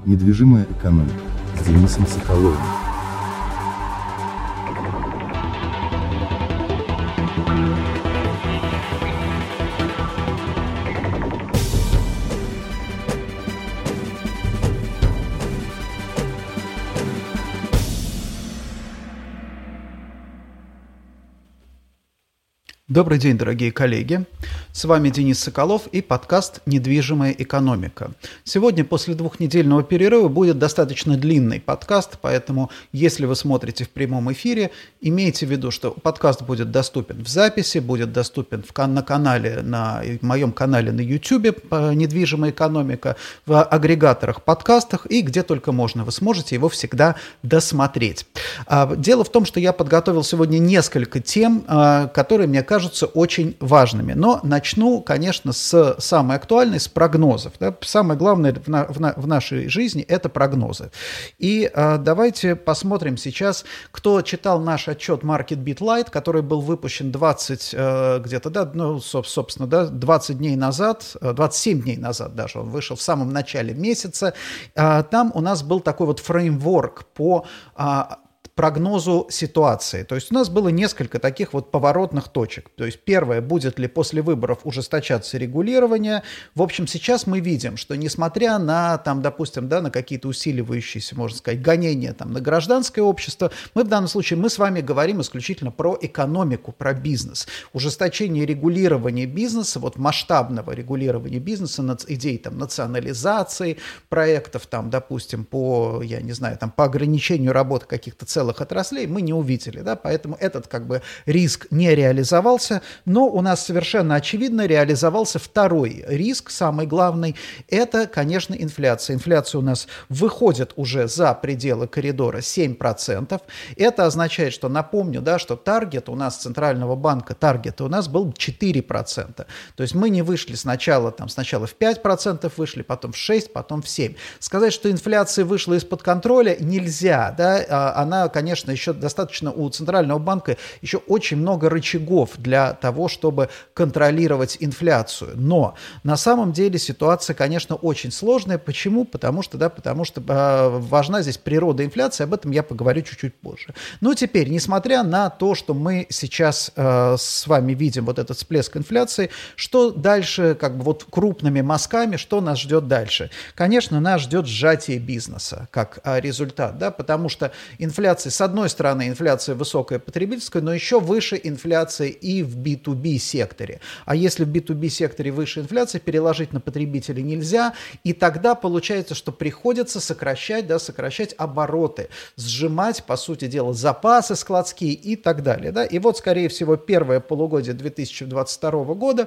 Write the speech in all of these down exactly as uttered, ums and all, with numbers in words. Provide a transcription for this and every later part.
Недвижимая экономика с Денисом Соколовым. Добрый день, дорогие коллеги. С вами Денис Соколов и подкаст «Недвижимая экономика». Сегодня после двухнедельного перерыва будет достаточно длинный подкаст, поэтому если вы смотрите в прямом эфире, имейте в виду, что подкаст будет доступен в записи, будет доступен в, на канале, на в моем канале на YouTube «Недвижимая экономика», в агрегаторах подкастах и где только можно. Вы сможете его всегда досмотреть. Дело в том, что я подготовил сегодня несколько тем, которые, мне кажется, кажутся очень важными. Но начну, конечно, с самой актуальной, с прогнозов. Да? Самое главное в, на, в, на, в нашей жизни – это прогнозы. И а, давайте посмотрим сейчас, кто читал наш отчет MarketBeat Lite, который был выпущен двадцать, э, где-то, да, ну, собственно, да, двадцать дней назад, двадцать семь дней назад даже, он вышел в самом начале месяца. А, там у нас был такой вот фреймворк по а, прогнозу ситуации. То есть у нас было несколько таких вот поворотных точек. То есть первое, будет ли после выборов ужесточаться регулирование. В общем, сейчас мы видим, что несмотря на, там, допустим, да, на какие-то усиливающиеся, можно сказать, гонения там, на гражданское общество, мы в данном случае, мы с вами говорим исключительно про экономику, про бизнес. Ужесточение регулирования бизнеса, вот масштабного регулирования бизнеса, идей там, национализации проектов, там, допустим, по, я не знаю, там, по ограничению работы каких-то целых отраслей мы не увидели, да, поэтому этот как бы риск не реализовался, но у нас совершенно очевидно реализовался второй риск, самый главный, это, конечно, инфляция. Инфляция у нас выходит уже за пределы коридора семь процентов. Это означает, что, напомню, да, что таргет у нас Центрального банка, таргет у нас был четыре процента. То есть мы не вышли сначала, там, сначала в пять процентов вышли, потом в шесть процентов, потом в семь процентов. Сказать, что инфляция вышла из-под контроля, нельзя, да, она, конечно, еще достаточно у Центрального банка еще очень много рычагов для того, чтобы контролировать инфляцию. Но на самом деле ситуация, конечно, очень сложная. Почему? Потому что, да, потому что э, важна здесь природа инфляции, об этом я поговорю чуть-чуть позже. Ну, теперь, несмотря на то, что мы сейчас э, с вами видим вот этот всплеск инфляции, что дальше, как бы вот крупными мазками, что нас ждет дальше? Конечно, нас ждет сжатие бизнеса как э, результат, да, потому что инфляция, с одной стороны, инфляция высокая потребительская, но еще выше инфляция и в би ту би секторе. А если в би ту би секторе выше инфляция, переложить на потребителей нельзя, и тогда получается, что приходится сокращать, да, сокращать обороты, сжимать, по сути дела, запасы складские и так далее. Да? И вот, скорее всего, первое полугодие две тысячи двадцать второго года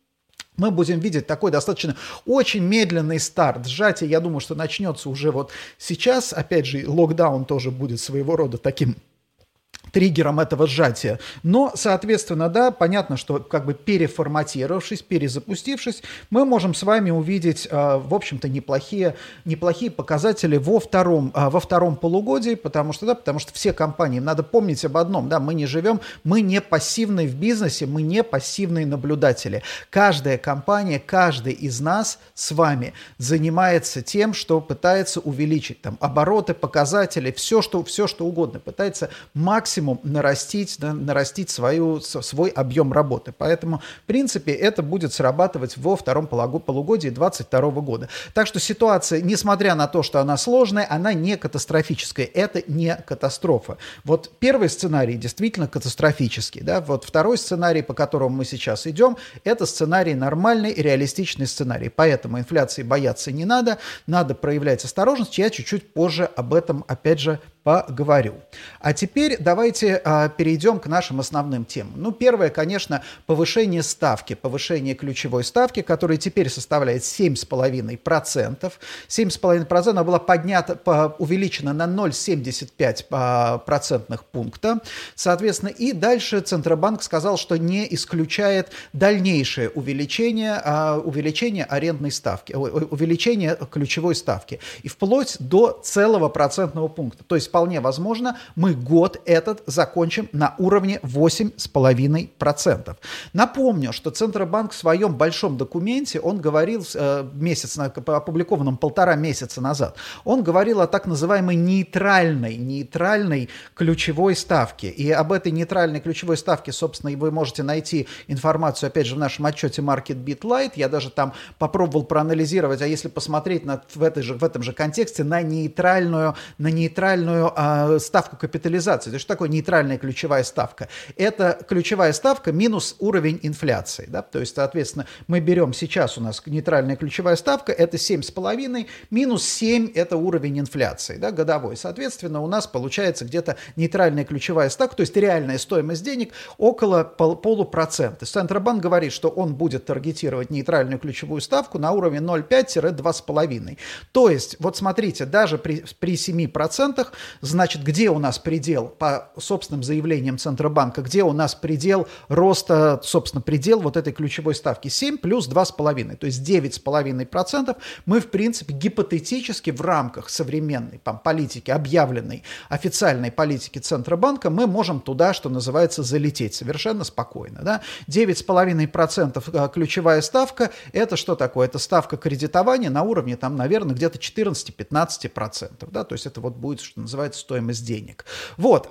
мы будем видеть такой достаточно очень медленный старт. Сжатие, я думаю, что начнется уже вот сейчас. Опять же, локдаун тоже будет своего рода таким триггером этого сжатия. Но, соответственно, да, понятно, что как бы переформатировавшись, перезапустившись, мы можем с вами увидеть, э, в общем-то, неплохие, неплохие показатели во втором, э, во втором полугодии, потому что, да, потому что все компании, надо помнить об одном, да, мы не живем, мы не пассивные в бизнесе, мы не пассивные наблюдатели. Каждая компания, каждый из нас с вами занимается тем, что пытается увеличить там обороты, показатели, все, что, все, что угодно, пытается максимум нарастить, да, нарастить свою, свой объем работы. Поэтому, в принципе, это будет срабатывать во втором полугодии две тысячи двадцать второго года. Так что ситуация, несмотря на то, что она сложная, она не катастрофическая. Это не катастрофа. Вот первый сценарий действительно катастрофический. Да? Вот второй сценарий, по которому мы сейчас идем, это сценарий нормальный и реалистичный сценарий. Поэтому инфляции бояться не надо, надо проявлять осторожность. Я чуть-чуть позже об этом, опять же, поговорю. А теперь давайте а, перейдем к нашим основным темам. Ну, первое, конечно, повышение ставки, повышение ключевой ставки, которая теперь составляет семь целых пять десятых процента. семь целых пять десятых процента была поднята, по, увеличена на ноль целых семьдесят пять процентных пункта. Соответственно, и дальше Центробанк сказал, что не исключает дальнейшее увеличение, а, увеличение арендной ставки, увеличение ключевой ставки. И вплоть до целого процентного пункта. То есть вполне возможно, мы год этот закончим на уровне восемь целых пять десятых процента. Напомню, что Центробанк в своем большом документе, он говорил, э, месяц, опубликованном полтора месяца назад, он говорил о так называемой нейтральной, нейтральной ключевой ставке. И об этой нейтральной ключевой ставке, собственно, и вы можете найти информацию, опять же, в нашем отчете MarketBeat Lite. Я даже там попробовал проанализировать, а если посмотреть на, в, этой же, в этом же контексте на нейтральную, на нейтральную э, ставку капитализации. То есть что такое нейтральная ключевая ставка? Это ключевая ставка минус уровень инфляции. Да? То есть, соответственно, мы берем сейчас у нас нейтральная ключевая ставка, это семь с половиной, минус семь это уровень инфляции, да, годовой. Соответственно, у нас получается где-то нейтральная ключевая ставка, то есть реальная стоимость денег около пол, полупроцента. Центробанк говорит, что он будет таргетировать нейтральную ключевую ставку на уровне ноль целых пять - два с половиной. То есть, вот смотрите, даже при, при семи процентах, значит, где у нас предел, по собственным заявлениям Центробанка, где у нас предел роста, собственно, предел вот этой ключевой ставки? семь плюс два с половиной, то есть девять с половиной процентов мы, в принципе, гипотетически в рамках современной там, политики, объявленной официальной политики Центробанка, мы можем туда, что называется, залететь совершенно спокойно. Да? девять с половиной процентов ключевая ставка, это что такое? Это ставка кредитования на уровне, там, наверное, где-то четырнадцать-пятнадцать процентов. Да? То есть это вот будет, что называется, стоимость денег. Вот.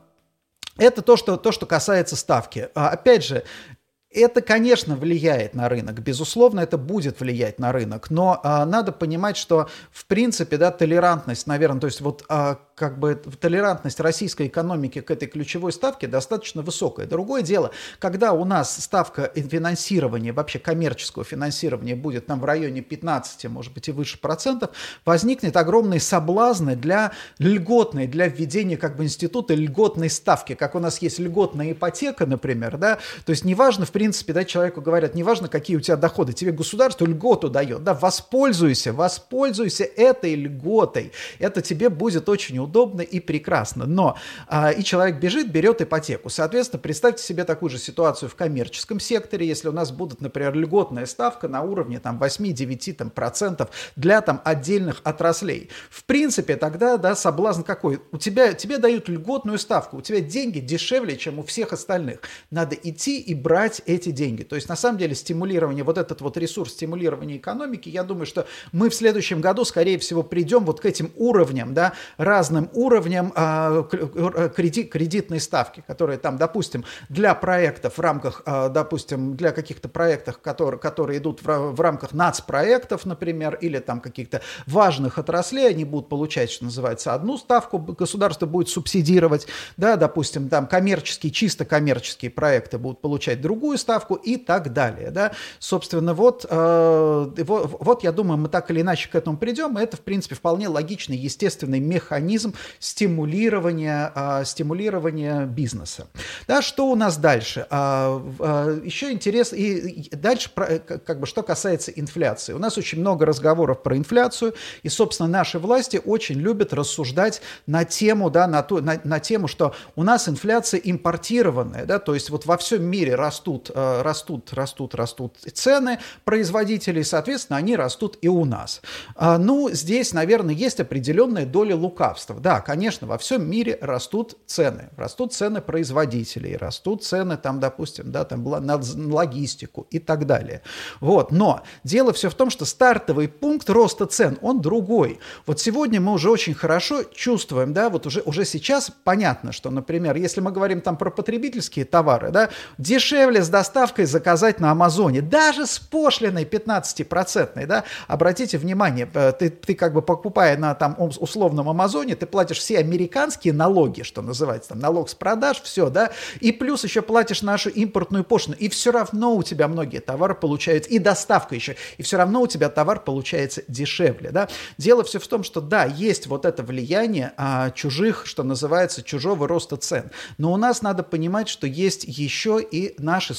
Это то, что, то, что касается ставки. Опять же, это, конечно, влияет на рынок, безусловно, это будет влиять на рынок, но а, надо понимать, что, в принципе, да, толерантность, наверное, то есть вот а, как бы толерантность российской экономики к этой ключевой ставке достаточно высокая. Другое дело, когда у нас ставка финансирования, вообще коммерческого финансирования будет там в районе пятнадцати, может быть, и выше процентов, возникнет огромные соблазны для льготной, для введения как бы института льготной ставки, как у нас есть льготная ипотека, например, да, то есть неважно, в В принципе, да, человеку говорят, неважно, какие у тебя доходы, тебе государство льготу дает, да, воспользуйся, воспользуйся этой льготой, это тебе будет очень удобно и прекрасно, но а, и человек бежит, берет ипотеку, соответственно, представьте себе такую же ситуацию в коммерческом секторе, если у нас будет, например, льготная ставка на уровне там восемь-девять процентов для там отдельных отраслей, в принципе, тогда, да, соблазн какой, у тебя, тебе дают льготную ставку, у тебя деньги дешевле, чем у всех остальных, надо идти и брать эти деньги. То есть, на самом деле, стимулирование, вот этот вот ресурс стимулирования экономики, я думаю, что мы в следующем году, скорее всего, придем вот к этим уровням, да, разным уровням а, кредит, кредитной ставки, которые там, допустим, для проектов в рамках, а, допустим, для каких-то проектов, которые, которые идут в, в рамках нацпроектов, например, или там каких-то важных отраслей, они будут получать, что называется, одну ставку, государство будет субсидировать, да, допустим, там коммерческие, чисто коммерческие проекты будут получать другую ставку и так далее. Да? Собственно, вот, э, вот, вот, я думаю, мы так или иначе к этому придем, и это, в принципе, вполне логичный, естественный механизм стимулирования, э, стимулирования бизнеса. Да, что у нас дальше? Э, э, еще интересно, и, и дальше, про, как бы, что касается инфляции. У нас очень много разговоров про инфляцию, и, собственно, наши власти очень любят рассуждать на тему, да, на, ту, на, на тему, что у нас инфляция импортированная, да, то есть вот во всем мире растут растут, растут, растут цены производителей, соответственно, они растут и у нас. Ну, здесь, наверное, есть определенная доля лукавства. Да, конечно, во всем мире растут цены, растут цены производителей, растут цены, там, допустим, да, там, на логистику и так далее. Вот, но дело все в том, что стартовый пункт роста цен, он другой. Вот сегодня мы уже очень хорошо чувствуем, да, вот уже, уже сейчас понятно, что, например, если мы говорим там про потребительские товары, да, дешевле с доставкой заказать на Амазоне, даже с пошлиной пятнадцатипроцентной, да, обратите внимание, ты, ты как бы покупая на там условном Амазоне, ты платишь все американские налоги, что называется, там налог с продаж, все, да, и плюс еще платишь нашу импортную пошлину, и все равно у тебя многие товары получаются, и доставка еще, и все равно у тебя товар получается дешевле, да. Дело все в том, что да, есть вот это влияние а, чужих, что называется, чужого роста цен, но у нас надо понимать, что есть еще и наши собственные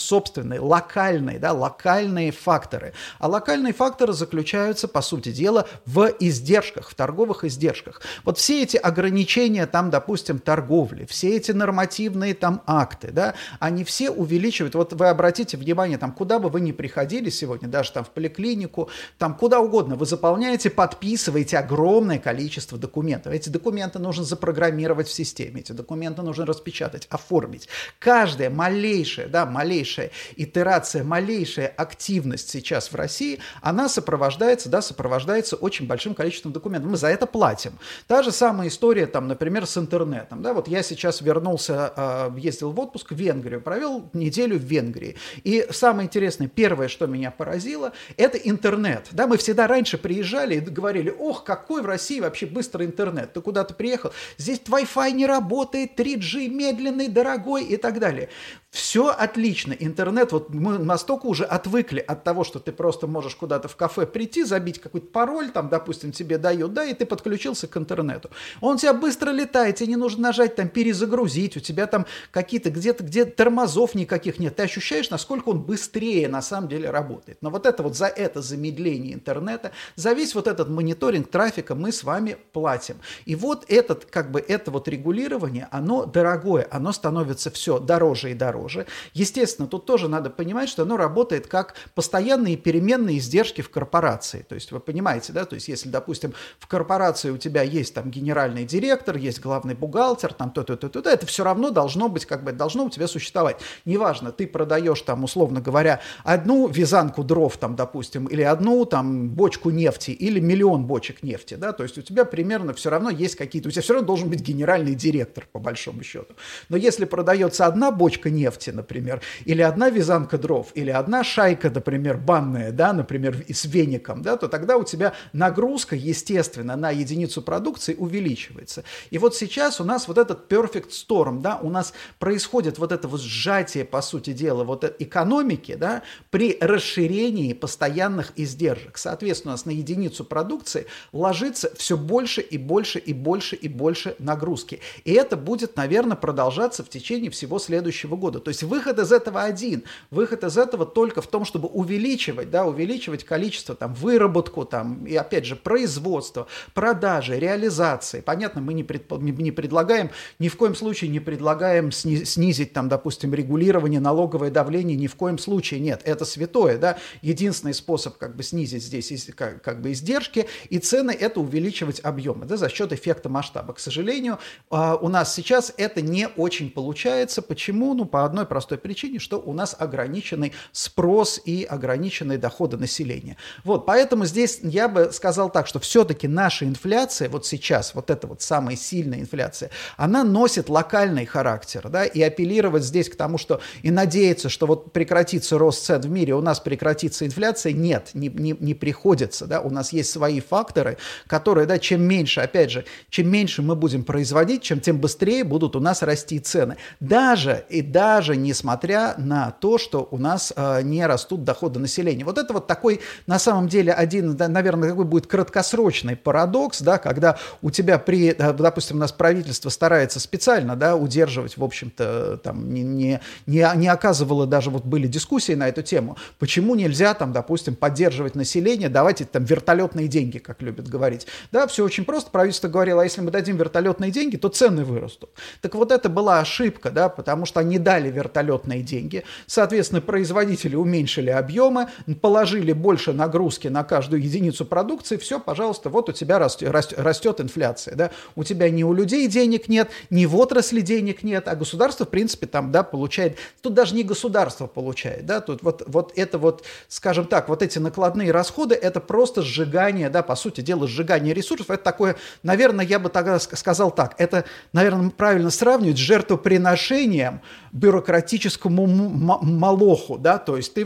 собственные, локальные, да, локальные факторы. А локальные факторы заключаются, по сути дела, в издержках, в торговых издержках. Вот все эти ограничения, там, допустим, торговли, все эти нормативные там акты, да, они все увеличивают. Вот вы обратите внимание, там, куда бы вы ни приходили сегодня, даже там в поликлинику, там куда угодно, вы заполняете, подписываете огромное количество документов. Эти документы нужно запрограммировать в системе, эти документы нужно распечатать, оформить. Каждая малейшая, да, малейшая итерация, малейшая активность сейчас в России, она сопровождается, да, сопровождается очень большим количеством документов. Мы за это платим. Та же самая история, там, например, с интернетом. Да, вот я сейчас вернулся, ездил в отпуск в Венгрию, провел неделю в Венгрии. И самое интересное, первое, что меня поразило, это интернет. Да, мы всегда раньше приезжали и говорили: ох, какой в России вообще быстрый интернет. Ты куда-то приехал, здесь Wi-Fi не работает, три джи медленный, дорогой и так далее. Все отлично, интернет, вот мы настолько уже отвыкли от того, что ты просто можешь куда-то в кафе прийти, забить какой-то пароль, там, допустим, тебе дают, да, и ты подключился к интернету. Он у тебя быстро летает, тебе не нужно нажать там перезагрузить, у тебя там какие-то где-то, где тормозов никаких нет, ты ощущаешь, насколько он быстрее на самом деле работает. Но вот это вот за это замедление интернета, за весь вот этот мониторинг трафика мы с вами платим. И вот этот, как бы, это вот регулирование, оно дорогое, оно становится все дороже и дороже. Естественно, тут тоже надо понимать, что оно работает как постоянные переменные издержки в корпорации. То есть вы понимаете, да, то есть если, допустим, в корпорации у тебя есть там генеральный директор, есть главный бухгалтер, там то-то, то-то, это все равно должно быть, как бы, должно у тебя существовать. Неважно, ты продаешь там, условно говоря, одну вязанку дров, там, допустим, или одну там бочку нефти, или миллион бочек нефти, да, то есть у тебя примерно все равно есть какие-то, у тебя все равно должен быть генеральный директор, по большому счету. Но если продается одна бочка нефти, например, или одна вязанка дров, или одна шайка, например, банная, да, например, с веником, да, то тогда у тебя нагрузка, естественно, на единицу продукции увеличивается. И вот сейчас у нас вот этот perfect storm, да, у нас происходит вот это вот сжатие, по сути дела, вот экономики, да, при расширении постоянных издержек. Соответственно, у нас на единицу продукции ложится все больше и больше и больше и больше нагрузки. И это будет, наверное, продолжаться в течение всего следующего года. То есть выход из этого один. Выход из этого только в том, чтобы увеличивать, да, увеличивать количество, там, выработку, там, и опять же, производство, продажи, реализации. Понятно, мы не, предп... не предлагаем, ни в коем случае не предлагаем снизить, там, допустим, регулирование, налоговое давление, ни в коем случае нет. Это святое, да. Единственный способ, как бы, снизить здесь, как, как бы, издержки и цены, это увеличивать объемы, да, за счет эффекта масштаба. К сожалению, у нас сейчас это не очень получается. Почему? Ну, по одной простой причине, что у нас ограниченный спрос и ограниченные доходы населения. Вот, поэтому здесь я бы сказал так, что все-таки наша инфляция, вот сейчас, вот эта вот самая сильная инфляция, она носит локальный характер, да, и апеллировать здесь к тому, что и надеяться, что вот прекратится рост цен в мире, у нас прекратится инфляция, нет, не, не, не приходится, да, у нас есть свои факторы, которые, да, чем меньше, опять же, чем меньше мы будем производить, чем тем быстрее будут у нас расти цены. Даже и даже даже несмотря на то, что у нас э, не растут доходы населения. Вот это вот такой, на самом деле, один, да, наверное, такой будет краткосрочный парадокс, да, когда у тебя при, допустим, у нас правительство старается специально, да, удерживать, в общем-то, там, не, не, не, не оказывало, даже вот были дискуссии на эту тему, почему нельзя, там, допустим, поддерживать население, давайте там вертолетные деньги, как любят говорить. Да, все очень просто, правительство говорило, а если мы дадим вертолетные деньги, то цены вырастут. Так вот это была ошибка, да, потому что они дали вертолетные деньги, соответственно, производители уменьшили объемы, положили больше нагрузки на каждую единицу продукции, все, пожалуйста, вот у тебя растет, растет инфляция, да, у тебя ни у людей денег нет, ни в отрасли денег нет, а государство, в принципе, там, да, получает, тут даже не государство получает, да, тут вот, вот это вот, скажем так, вот эти накладные расходы, это просто сжигание, да, по сути дела, сжигание ресурсов, это такое, наверное, я бы тогда сказал так, это, наверное, правильно сравнивать с жертвоприношением бюрократическому молоху, да, то есть ты вот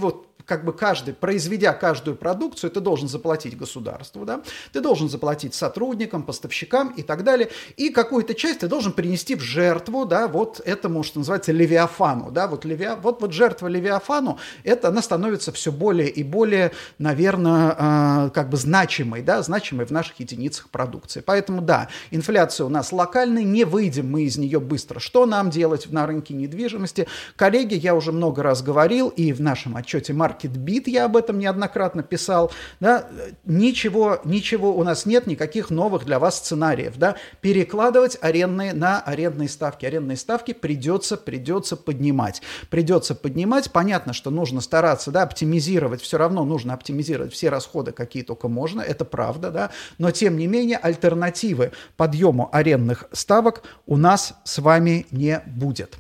как бы каждый, произведя каждую продукцию, ты должен заплатить государству, да, ты должен заплатить сотрудникам, поставщикам и так далее, и какую-то часть ты должен принести в жертву, да, вот этому, что называется, Левиафану, да, вот, Левиа, вот, вот жертва Левиафану, это она становится все более и более, наверное, э, как бы значимой, да, значимой в наших единицах продукции. Поэтому, да, инфляция у нас локальная, не выйдем мы из нее быстро. Что нам делать на рынке недвижимости? Коллеги, я уже много раз говорил, и в нашем отчете MarketBeat я об этом неоднократно писал, да, ничего, ничего у нас нет, никаких новых для вас сценариев, да, перекладывать арендные на арендные ставки. Арендные ставки придется, придется поднимать. Придется поднимать, понятно, что нужно стараться, да, оптимизировать, все равно нужно оптимизировать все расходы, какие только можно, это правда, да, но тем не менее альтернативы подъему арендных ставок у нас с вами не будет.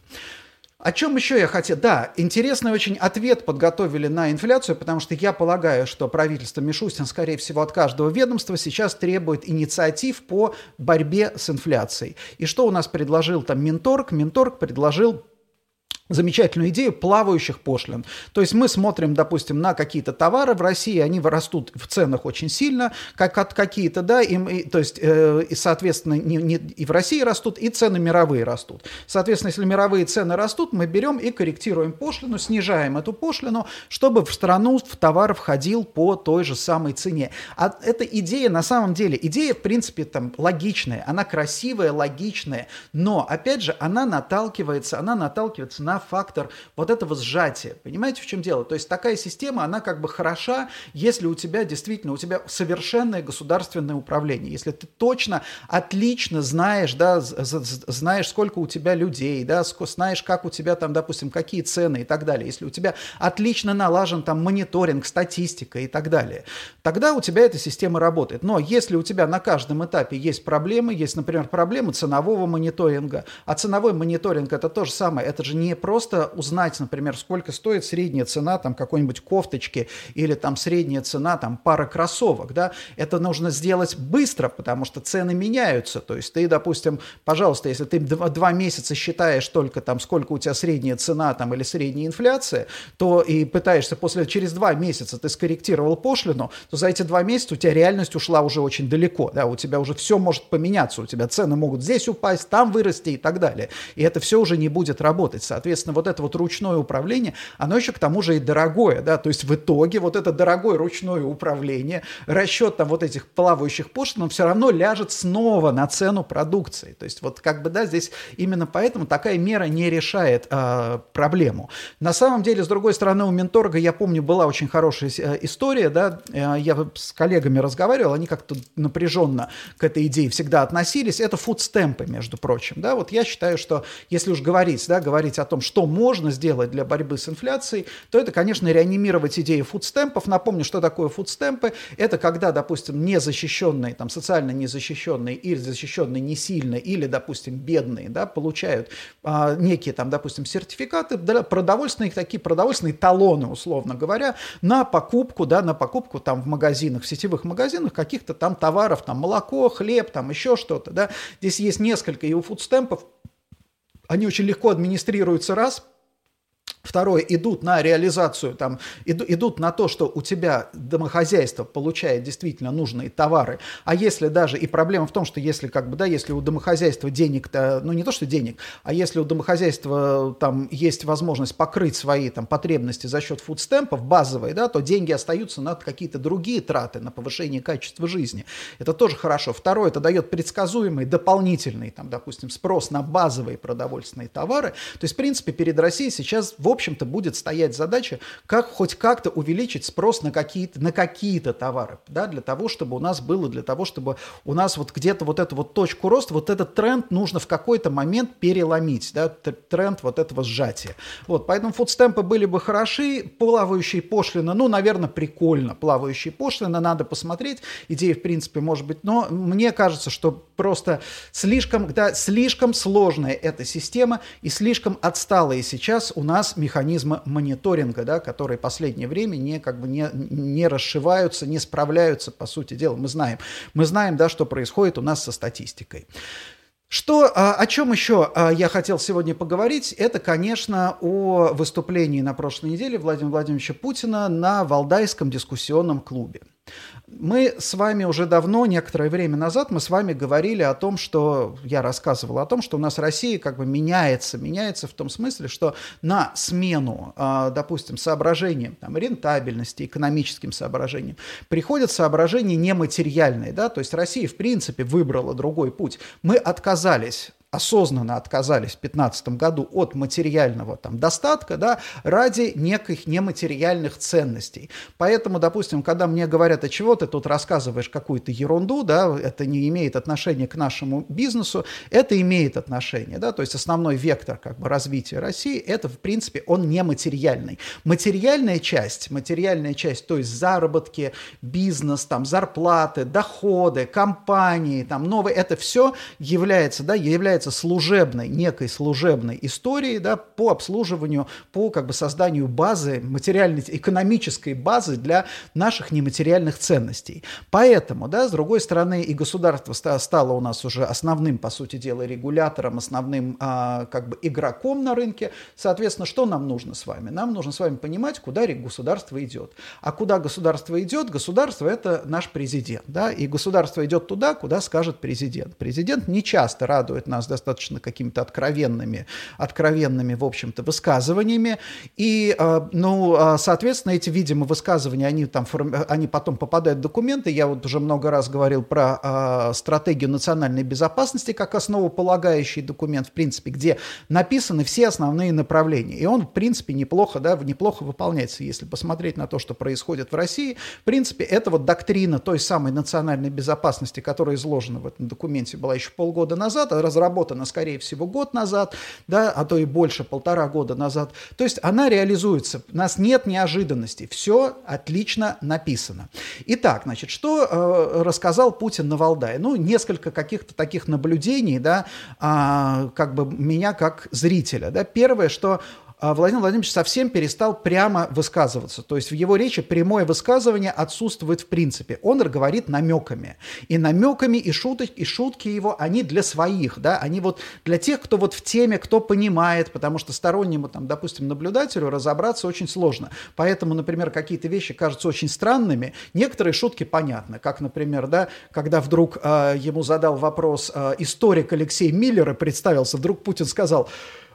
О чем еще я хотел? Да, интересный очень ответ подготовили на инфляцию, потому что я полагаю, что правительство Мишустин, скорее всего, от каждого ведомства сейчас требует инициатив по борьбе с инфляцией. И что у нас предложил там Минторг? Минторг предложил замечательную идею плавающих пошлин. То есть мы смотрим, допустим, на какие-то товары в России, они растут в ценах очень сильно, как от какие-то, да, и, и, то есть, э, и, соответственно, не, не, и в России растут, и цены мировые растут. Соответственно, если мировые цены растут, мы берем и корректируем пошлину, снижаем эту пошлину, чтобы в страну в товар входил по той же самой цене. А эта идея, на самом деле, идея, в принципе, там, логичная, она красивая, логичная, но, опять же, она наталкивается, она наталкивается на фактор вот этого сжатия. Понимаете, в чем дело? То есть такая система, она как бы хороша, если у тебя действительно, у тебя совершенное государственное управление, если ты точно, отлично знаешь, да, знаешь, сколько у тебя людей, да, знаешь, как у тебя там, допустим, какие цены и так далее, если у тебя отлично налажен там мониторинг, статистика и так далее, тогда у тебя эта система работает. Но если у тебя на каждом этапе есть проблемы, есть, например, проблемы ценового мониторинга, а ценовой мониторинг это то же самое, это же не просто узнать, например, сколько стоит средняя цена там какой-нибудь кофточки или там средняя цена там пары кроссовок, да, это нужно сделать быстро, потому что цены меняются, то есть ты, допустим, пожалуйста, если ты два, два месяца считаешь только там, сколько у тебя средняя цена там или средняя инфляция, то и пытаешься после, через два месяца ты скорректировал пошлину, то за эти два месяца у тебя реальность ушла уже очень далеко, да, у тебя уже все может поменяться, у тебя цены могут здесь упасть, там вырасти и так далее, и это все уже не будет работать, соответственно, вот это вот ручное управление, оно еще к тому же и дорогое, да, то есть в итоге вот это дорогое ручное управление, расчет там вот этих плавающих пошлин, он все равно ляжет снова на цену продукции, то есть вот как бы, да, здесь именно поэтому такая мера не решает э, проблему. На самом деле, с другой стороны, у Минторга, я помню, была очень хорошая история, да, я с коллегами разговаривал, они как-то напряженно к этой идее всегда относились, это фудстемпы, между прочим, да, вот я считаю, что если уж говорить, да, говорить о том, что можно сделать для борьбы с инфляцией, то это, конечно, реанимировать идею фудстемпов. Напомню, что такое фудстемпы. Это когда, допустим, незащищенные, там, социально незащищенные или защищенные не сильно, или, допустим, бедные, да, получают а, некие, там, допустим, сертификаты, да, продовольственные, такие продовольственные талоны, условно говоря, на покупку, да, на покупку там в магазинах, в сетевых магазинах каких-то там товаров, там, молоко, хлеб, там, еще что-то, да. Здесь есть несколько и у фудстемпов. Они очень легко администрируются, раз. Второе, идут на реализацию, там, иду, идут на то, что у тебя домохозяйство получает действительно нужные товары. А если даже, и проблема в том, что если, как бы, да, если у домохозяйства денег-то, ну не то, что денег, а если у домохозяйства там есть возможность покрыть свои там потребности за счет фудстемпов, базовые, да, то деньги остаются на какие-то другие траты, на повышение качества жизни. Это тоже хорошо. Второе, это дает предсказуемый дополнительный, там, допустим, спрос на базовые продовольственные товары. То есть, в принципе, перед Россией сейчас в общем-то, будет стоять задача, как хоть как-то увеличить спрос на какие-то, на какие-то товары, да, для того, чтобы у нас было, для того, чтобы у нас вот где-то вот эту вот точку роста, вот этот тренд нужно в какой-то момент переломить, да, тренд вот этого сжатия. Вот, поэтому фудстемпы были бы хороши, плавающие пошлины, ну, наверное, прикольно, плавающие пошлины, надо посмотреть, идея, в принципе, может быть, но мне кажется, что просто слишком, да, слишком сложная эта система и слишком отсталые сейчас у нас механизмы мониторинга, да, которые в последнее время не, как бы не, не расшиваются, не справляются, по сути дела. Мы знаем, мы знаем, да, что происходит у нас со статистикой. Что, о чем еще я хотел сегодня поговорить, это, конечно, о выступлении на прошлой неделе Владимира Владимировича Путина на Валдайском дискуссионном клубе. Мы с вами уже давно, некоторое время назад, мы с вами говорили о том, что, я рассказывал о том, что у нас Россия как бы меняется, меняется в том смысле, что на смену, допустим, соображениям, там, рентабельности, экономическим соображениям, приходят соображения нематериальные, да, то есть Россия, в принципе, выбрала другой путь. Мы отказались осознанно отказались в две тысячи пятнадцатом году от материального там, достатка, да, ради неких нематериальных ценностей. Поэтому, допустим, когда мне говорят, а чего ты тут рассказываешь какую-то ерунду, да, это не имеет отношения к нашему бизнесу, это имеет отношение. Да, то есть основной вектор как бы, развития России, это, в принципе, он нематериальный. Материальная часть, материальная часть, то есть заработки, бизнес, там, зарплаты, доходы, компании, там, новые, это все является, да, является служебной, некой служебной историей, да, по обслуживанию, по как бы созданию базы, материальной, экономической базы для наших нематериальных ценностей. Поэтому, да, с другой стороны, и государство стало у нас уже основным, по сути дела, регулятором, основным а, как бы игроком на рынке. Соответственно, что нам нужно с вами? Нам нужно с вами понимать, куда государство идет. А куда государство идет? Государство – это наш президент, да, и государство идет туда, куда скажет президент. Президент не часто радует нас достаточно какими-то откровенными, откровенными, в общем-то, высказываниями. И, ну, соответственно, эти, видимо, высказывания, они, там, они потом попадают в документы. Я вот уже много раз говорил про стратегию национальной безопасности как основополагающий документ, в принципе, где написаны все основные направления. И он, в принципе, неплохо, да, неплохо выполняется. Если посмотреть на то, что происходит в России, в принципе, это вот доктрина той самой национальной безопасности, которая изложена в этом документе, была еще полгода назад, разработана, скорее всего, год назад, да, а то и больше, полтора года назад. То есть она реализуется. У нас нет неожиданностей. Все отлично написано. Итак, значит, что э, рассказал Путин на Валдае? Ну, несколько каких-то таких наблюдений, да, э, как бы меня как зрителя. Да. Первое, что Владимир Владимирович совсем перестал прямо высказываться. То есть в его речи прямое высказывание отсутствует в принципе. Он говорит намеками. И намеками, и шутки, и шутки его, они для своих, да, они вот для тех, кто вот в теме, кто понимает, потому что стороннему, там, допустим, наблюдателю разобраться очень сложно. Поэтому, например, какие-то вещи кажутся очень странными, некоторые шутки понятны. Как, например, да, когда вдруг э, ему задал вопрос э, историк Алексей Миллер и представился, вдруг Путин сказал: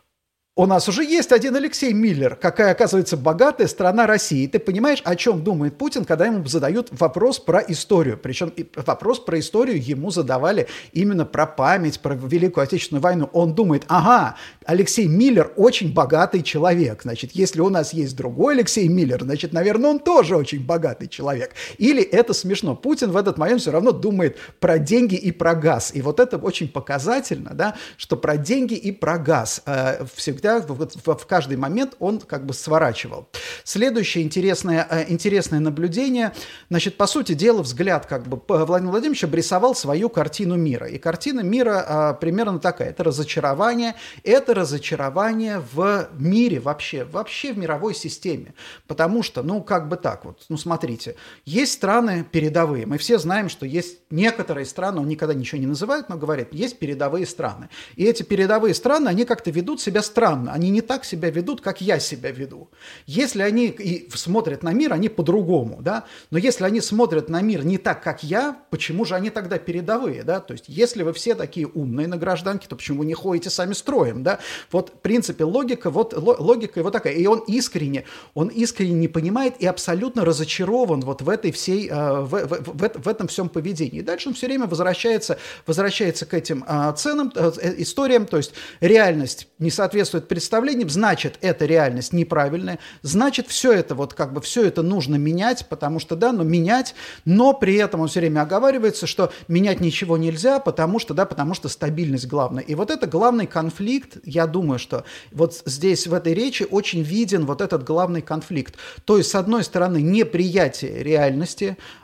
у нас уже есть один Алексей Миллер, какая, оказывается, богатая страна России. И ты понимаешь, о чем думает Путин, когда ему задают вопрос про историю. Причем вопрос про историю ему задавали именно про память, про Великую Отечественную войну. Он думает: ага, Алексей Миллер очень богатый человек. Значит, если у нас есть другой Алексей Миллер, значит, наверное, он тоже очень богатый человек. Или это смешно. Путин в этот момент все равно думает про деньги и про газ. И вот это очень показательно, да, что про деньги и про газ э, всегда В, в каждый момент он как бы сворачивал. Следующее интересное, интересное наблюдение. Значит, по сути дела, взгляд как бы Владимир Владимирович обрисовал свою картину мира. И картина мира а, примерно такая. Это разочарование. Это разочарование в мире вообще. Вообще в мировой системе. Потому что, ну, как бы так вот. Ну, смотрите. Есть страны передовые. Мы все знаем, что есть некоторые страны, он никогда ничего не называет, но говорит, есть передовые страны. И эти передовые страны, они как-то ведут себя странно. Они не так себя ведут, как я себя веду. Если они и смотрят на мир, они по-другому, да? Но если они смотрят на мир не так, как я, почему же они тогда передовые, да? То есть, если вы все такие умные на гражданке, то почему вы не ходите сами строем, да? Вот, в принципе, логика, вот, логика его такая. И он искренне, он искренне не понимает и абсолютно разочарован вот в этой всей, в, в, в, в этом всем поведении. И дальше он все время возвращается, возвращается к этим ценам, историям, то есть, реальность не соответствует представлением, значит, эта реальность неправильная, значит, все это вот как бы все это нужно менять, потому что, да, но менять, но при этом он все время оговаривается, что менять ничего нельзя, потому что, да, потому что стабильность главная. И вот это главный конфликт, я думаю, что вот здесь в этой речи очень виден вот этот главный конфликт. То есть, с одной стороны, неприятие реальности,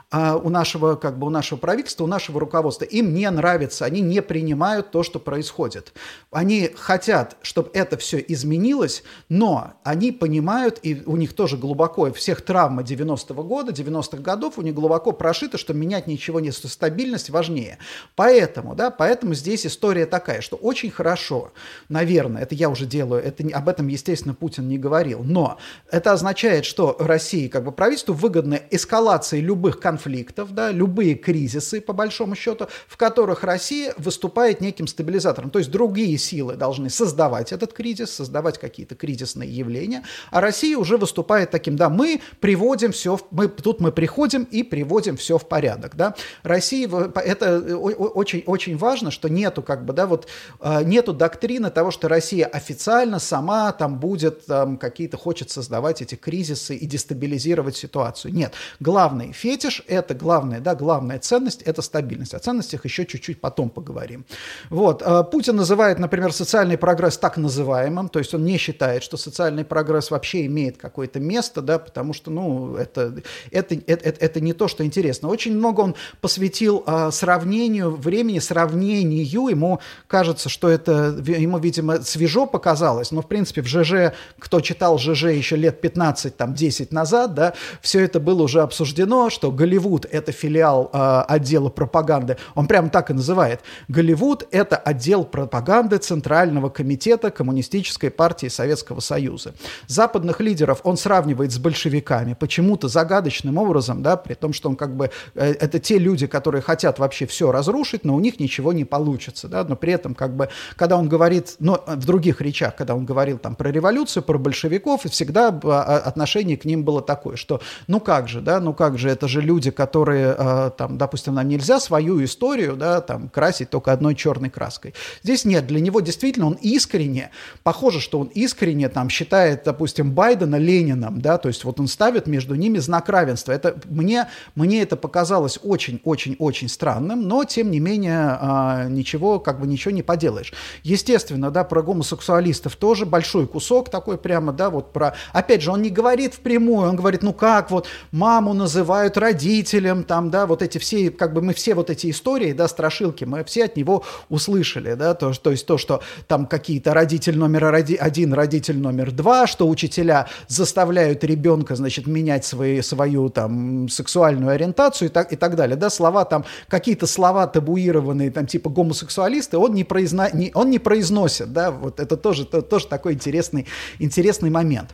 а, у нашего, как бы, у нашего правительства, у нашего руководства. Им не нравится, они не принимают то, что происходит. Они хотят, чтобы это все изменилось, но они понимают, и у них тоже глубоко, всех травма девяностого года, девяностых годов, у них глубоко прошито, что менять ничего не, что стабильность важнее. Поэтому, да, поэтому здесь история такая, что очень хорошо, наверное, это я уже делаю, это, об этом, естественно, Путин не говорил, но это означает, что России, как бы правительству, выгодна эскалация любых конфликтов, да, любые кризисы, по большому счету, в которых Россия выступает неким стабилизатором. То есть другие силы должны создавать этот кризис, создавать какие-то кризисные явления, а Россия уже выступает таким, да, мы приводим все, мы, тут мы приходим и приводим все в порядок, да. Россия, это очень, очень важно, что нету, как бы, да, вот, нету доктрины того, что Россия официально сама там будет там, какие-то, хочет создавать эти кризисы и дестабилизировать ситуацию. Нет. Главный фетиш, это главная, да, главная ценность, это стабильность. О ценностях еще чуть-чуть потом поговорим. Вот. Путин называет, например, социальный прогресс так называемым, то есть он не считает, что социальный прогресс вообще имеет какое-то место, да, потому что, ну, это, это, это, это не то, что интересно. Очень много он посвятил а, сравнению времени, сравнению, ему кажется, что это, ему, видимо, свежо показалось, но, в принципе, в ЖЖ, кто читал ЖЖ еще лет пятнадцать, там, десять назад, да, все это было уже обсуждено, что Голливуд – это филиал э, отдела пропаганды, он прямо так и называет. Голливуд – это отдел пропаганды Центрального комитета Коммунистической партии Советского Союза. Западных лидеров он сравнивает с большевиками, почему-то загадочным образом, да, при том, что он как бы, э, это те люди, которые хотят вообще все разрушить, но у них ничего не получится, да, но при этом, как бы, когда он говорит, но в других речах, когда он говорил там про революцию, про большевиков, и всегда отношение к ним было такое, что ну как же, да, ну как же, это же люди, которые, э, там, допустим, нам нельзя свою историю, да, там, красить только одной черной краской. Здесь нет, для него действительно он искренне, похоже, что он искренне там считает, допустим, Байдена Лениным, да, то есть вот он ставит между ними знак равенства. Это, мне, мне это показалось очень-очень-очень странным, но, тем не менее, э, ничего, как бы ничего не поделаешь. Естественно, да, про гомосексуалистов тоже большой кусок такой прямо, да, вот про, опять же, он не говорит впрямую, он говорит, ну как, вот маму называют родителем, там, да, вот эти все, как бы мы все вот эти истории, да, страшилки, мы все от него услышали, да, то, то есть то, что там какие-то родитель номер один, родитель номер два, что учителя заставляют ребенка, значит, менять свои, свою там сексуальную ориентацию и так, и так далее, да, слова там, какие-то слова табуированные, там, типа гомосексуалисты, он не, произно, не, он не произносит, да, вот это тоже, то, тоже такой интересный, интересный момент.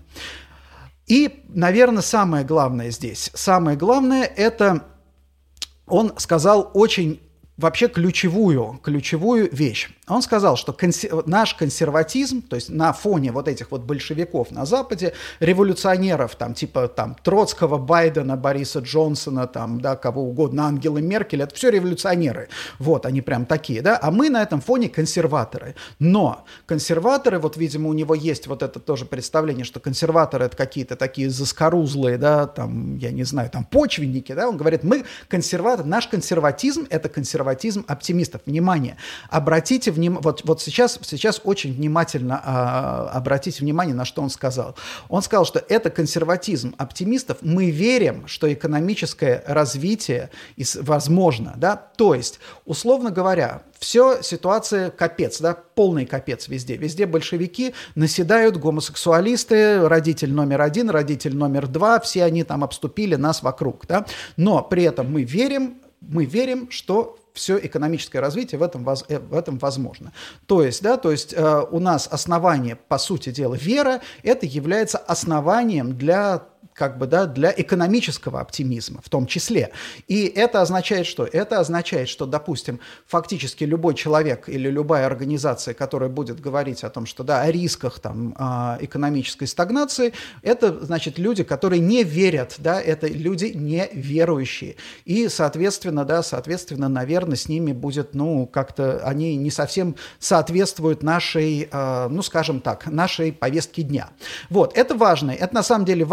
И, наверное, самое главное здесь, самое главное, это он сказал очень вообще ключевую, ключевую вещь. Он сказал, что консер... наш консерватизм, то есть на фоне вот этих вот большевиков на Западе, революционеров, там, типа там, Троцкого, Байдена, Бориса Джонсона, там, да, кого угодно, Ангелы Меркель, это все революционеры. Вот, они прям такие, да, а мы на этом фоне консерваторы. Но консерваторы, вот, видимо, у него есть вот это тоже представление, что консерваторы — это какие-то такие заскорузлые, да, там, я не знаю, там, почвенники, да, он говорит, мы консерваторы, наш консерватизм — это консерватизм оптимистов. Внимание, обратите внимание, Вот, вот сейчас, сейчас очень внимательно а, обратите внимание, на что он сказал. Он сказал, что это консерватизм оптимистов. Мы верим, что экономическое развитие возможно. Да? То есть, условно говоря, все, ситуация капец, да, полный капец везде. Везде большевики наседают, гомосексуалисты, родитель номер один, родитель номер два, все они там обступили нас вокруг. Да? Но при этом мы верим, мы верим, что все экономическое развитие в этом, воз, в этом возможно. То есть, да, то есть э, у нас основание, по сути дела, вера, это является основанием для, как бы, да, для экономического оптимизма в том числе. И это означает что? Это означает, что, допустим, фактически любой человек или любая организация, которая будет говорить о том, что да, о рисках там, экономической стагнации, это, значит, люди, которые не верят, да, это люди неверующие. И, соответственно, да, соответственно, наверное, с ними будет, ну, как-то они не совсем соответствуют нашей, ну, скажем так, нашей повестке дня. Вот, это важно, это на самом деле важная история.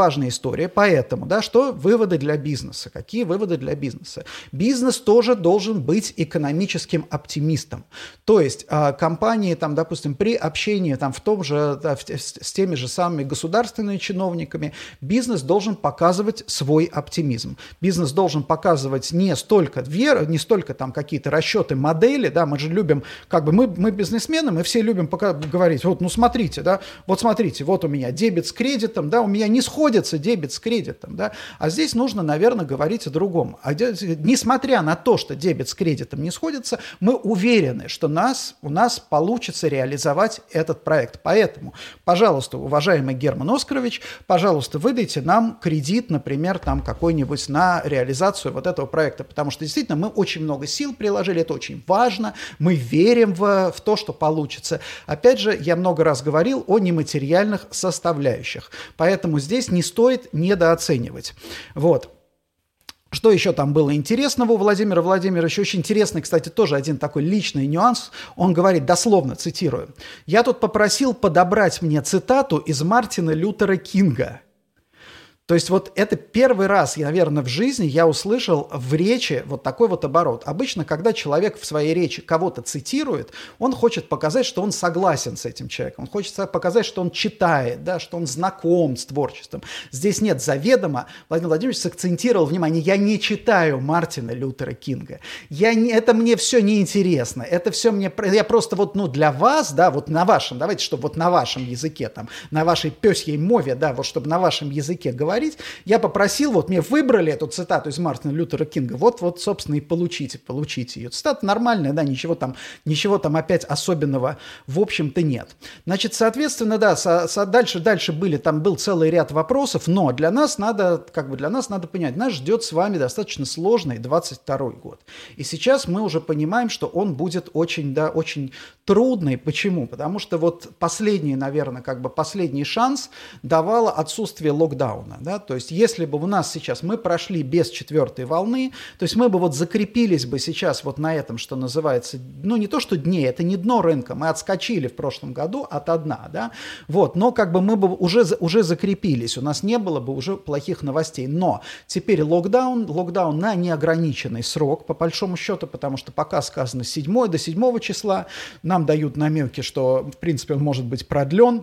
история. Поэтому, да, что выводы для бизнеса? Какие выводы для бизнеса? Бизнес тоже должен быть экономическим оптимистом. То есть э, компании, там, допустим, при общении там, в том же, да, в, с теми же самыми государственными чиновниками, бизнес должен показывать свой оптимизм. Бизнес должен показывать не столько веру, не столько там какие-то расчеты, модели, да, мы же любим, как бы мы, мы бизнесмены, мы все любим пока говорить, вот, ну смотрите, да, вот смотрите, вот у меня дебет с кредитом, да, у меня не сходится дебет с кредитом, да, а здесь нужно, наверное, говорить о другом. А, несмотря на то, что дебет с кредитом не сходится, мы уверены, что нас, у нас получится реализовать этот проект. Поэтому, пожалуйста, уважаемый Герман Оскарович, пожалуйста, выдайте нам кредит, например, там какой-нибудь на реализацию вот этого проекта, потому что действительно мы очень много сил приложили, это очень важно, мы верим в, в то, что получится. Опять же, я много раз говорил о нематериальных составляющих, поэтому здесь не стоит недооценивать. Вот. Что еще там было интересного у Владимира Владимировича? Очень интересный, кстати, тоже один такой личный нюанс. Он говорит, дословно цитирую, «Я тут попросил подобрать мне цитату из Мартина Лютера Кинга». То есть вот это первый раз, я, наверное, в жизни я услышал в речи вот такой вот оборот. Обычно, когда человек в своей речи кого-то цитирует, он хочет показать, что он согласен с этим человеком, он хочет показать, что он читает, да, что он знаком с творчеством. Здесь нет, заведомо Владимир Владимирович сакцентировал внимание, я не читаю Мартина Лютера Кинга, я не, это мне все неинтересно, это все мне, я просто вот, ну, для вас, да, вот на вашем, давайте, чтобы вот на вашем языке, там, на вашей пёсьей мове, да, вот чтобы на вашем языке говорить, я попросил, вот мне выбрали эту цитату из Мартина Лютера Кинга, вот, вот, собственно, и получите, получите ее. Цитата нормальная, да, ничего там, ничего там опять особенного, в общем-то, нет. Значит, соответственно, да, со, со, дальше, дальше были, там был целый ряд вопросов, но для нас надо, как бы для нас надо понять, нас ждет с вами достаточно сложный двадцать второй год. И сейчас мы уже понимаем, что он будет очень, да, очень трудный. Почему? Потому что вот последний, наверное, как бы последний шанс давало отсутствие локдауна, да? То есть если бы у нас сейчас мы прошли без четвертой волны, то есть мы бы вот закрепились бы сейчас вот на этом, что называется, ну не то что дне, это не дно рынка, мы отскочили в прошлом году от дна, да, вот, но как бы мы бы уже, уже закрепились, у нас не было бы уже плохих новостей, но теперь локдаун, локдаун на неограниченный срок, по большому счету, потому что пока сказано с седьмого до седьмого числа, нам дают намеки, что в принципе он может быть продлен.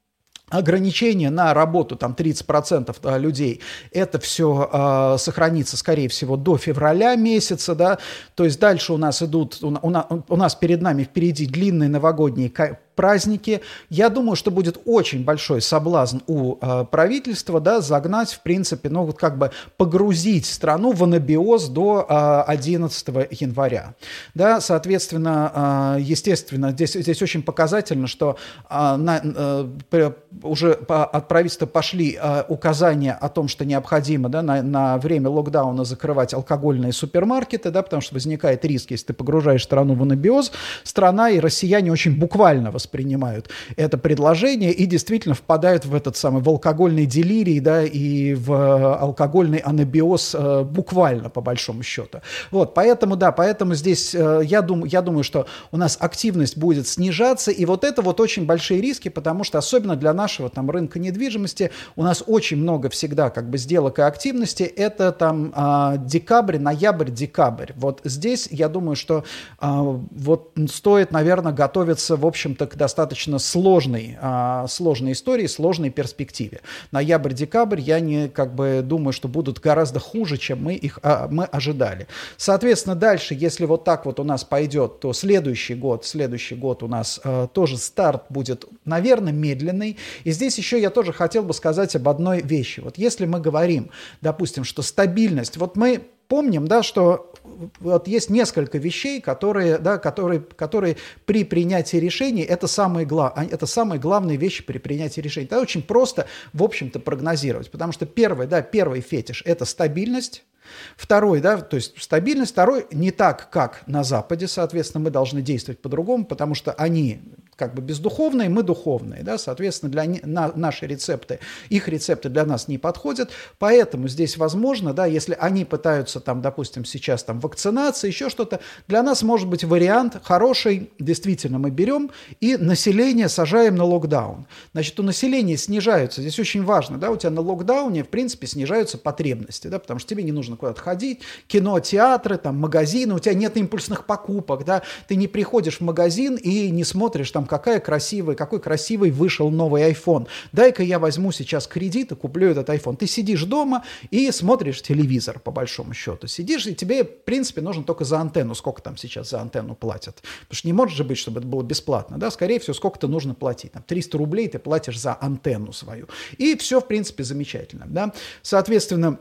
Ограничение на работу, там тридцать процентов людей, это все э, сохранится, скорее всего, до февраля месяца, да, то есть дальше у нас идут, у, у, у нас перед нами впереди длинные новогодние праздники. Я думаю, что будет очень большой соблазн у э, правительства, да, загнать, в принципе, ну, вот как бы погрузить страну в анабиоз до э, одиннадцатого января. Да, соответственно, э, естественно, здесь, здесь очень показательно, что э, на, э, уже от правительства пошли э, указания о том, что необходимо, да, на, на время локдауна закрывать алкогольные супермаркеты, да, потому что возникает риск, если ты погружаешь страну в анабиоз, страна и россияне очень буквально воспринимают это предложение и действительно впадают в этот самый в алкогольный делирий, да, и в алкогольный анабиоз э, буквально, по большому счету. Вот, поэтому, да, поэтому здесь э, я, дум, я думаю, что у нас активность будет снижаться, и вот это вот очень большие риски, потому что особенно для нашего там рынка недвижимости у нас очень много всегда как бы сделок и активности, это там э, декабрь, ноябрь, декабрь. Вот здесь я думаю, что э, вот стоит, наверное, готовиться, в общем-то, к достаточно сложной, а, сложной истории, сложной перспективе. Ноябрь-декабрь, я не как бы думаю, что будут гораздо хуже, чем мы их а, мы ожидали. Соответственно, дальше, если вот так вот у нас пойдет, то следующий год, следующий год у нас а, тоже старт будет, наверное, медленный. И здесь еще я тоже хотел бы сказать об одной вещи. Вот если мы говорим, допустим, что стабильность, вот мы помним, да, что вот есть несколько вещей, которые, да, которые, которые при принятии решений, это самые, глав, это самые главные вещи при принятии решений. Это очень просто, в общем-то, прогнозировать, потому что первый, да, первый фетиш – это стабильность. Второй, да, то есть стабильность. Второй, не так, как на Западе, соответственно, мы должны действовать по-другому, потому что они, как бы бездуховные, мы духовные, да, соответственно, для на, наши рецепты, их рецепты для нас не подходят, поэтому здесь возможно, да, если они пытаются там, допустим, сейчас там вакцинация, еще что-то, для нас может быть вариант хороший, действительно мы берем и население сажаем на локдаун. Значит, у населения снижаются, здесь очень важно, да, у тебя на локдауне, в принципе, снижаются потребности, да, потому что тебе не нужно куда-то ходить, кино, театры, там, магазины, у тебя нет импульсных покупок, да, ты не приходишь в магазин и не смотришь там, какая красивая, какой красивый вышел новый iPhone. Дай-ка я возьму сейчас кредит и куплю этот iPhone. Ты сидишь дома и смотришь телевизор, по большому счету. Сидишь, и тебе, в принципе, нужно только за антенну. Сколько там сейчас за антенну платят? Потому что не может же быть, чтобы это было бесплатно. Да? Скорее всего, сколько-то нужно платить. Там, триста рублей ты платишь за антенну свою. И все, в принципе, замечательно. Да? Соответственно,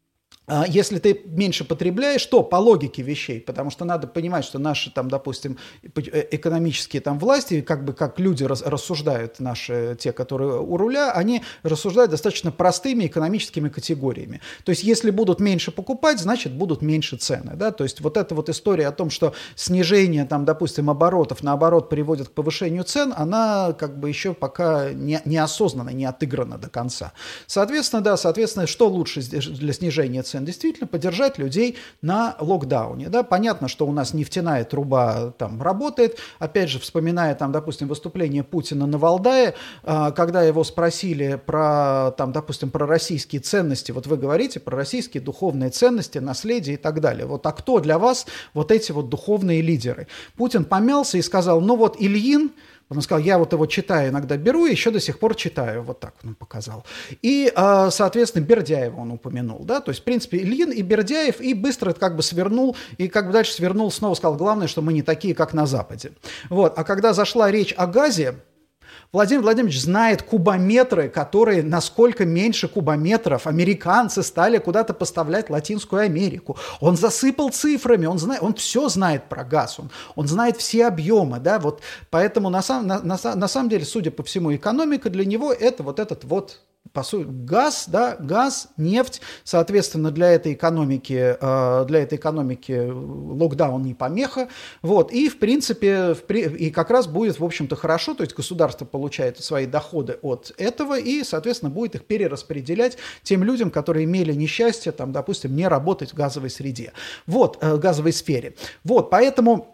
если ты меньше потребляешь, то по логике вещей, потому что надо понимать, что наши, там, допустим, экономические там, власти, как бы как люди рассуждают, наши, те, которые у руля, они рассуждают достаточно простыми экономическими категориями. То есть, если будут меньше покупать, значит, будут меньше цены. Да? То есть, вот эта вот история о том, что снижение, там, допустим, оборотов, наоборот, приводит к повышению цен, она как бы еще пока не, неосознанно, не отыграна до конца. Соответственно, да, соответственно, что лучше для снижения цен? Действительно поддержать людей на локдауне. Да? Понятно, что у нас нефтяная труба там работает. Опять же, вспоминая, там, допустим, выступление Путина на Валдае, когда его спросили про, там, допустим, про российские ценности, вот вы говорите про российские духовные ценности, наследие и так далее. Вот, а кто для вас вот эти вот духовные лидеры? Путин помялся и сказал, ну вот Ильин, он сказал, я вот его читаю, иногда беру, и еще до сих пор читаю. Вот так он показал. И, соответственно, Бердяева он упомянул. Да? То есть, в принципе, Ильин и Бердяев, и быстро как бы свернул, и как бы дальше свернул, снова сказал, главное, что мы не такие, как на Западе. Вот. А когда зашла речь о газе, Владимир Владимирович знает кубометры, которые, насколько меньше кубометров американцы стали куда-то поставлять Латинскую Америку. Он засыпал цифрами, он, знает, он все знает про газ, он, он знает все объемы. Да? Вот, поэтому на, сам, на, на, на самом деле, судя по всему, экономика для него это вот этот вот по сути, газ, да, газ, нефть, соответственно, для этой экономики, для этой экономики локдаун не помеха, вот, и, в принципе, и как раз будет, в общем-то, хорошо, то есть государство получает свои доходы от этого и, соответственно, будет их перераспределять тем людям, которые имели несчастье, там, допустим, не работать в газовой среде, вот, в газовой сфере, вот, поэтому...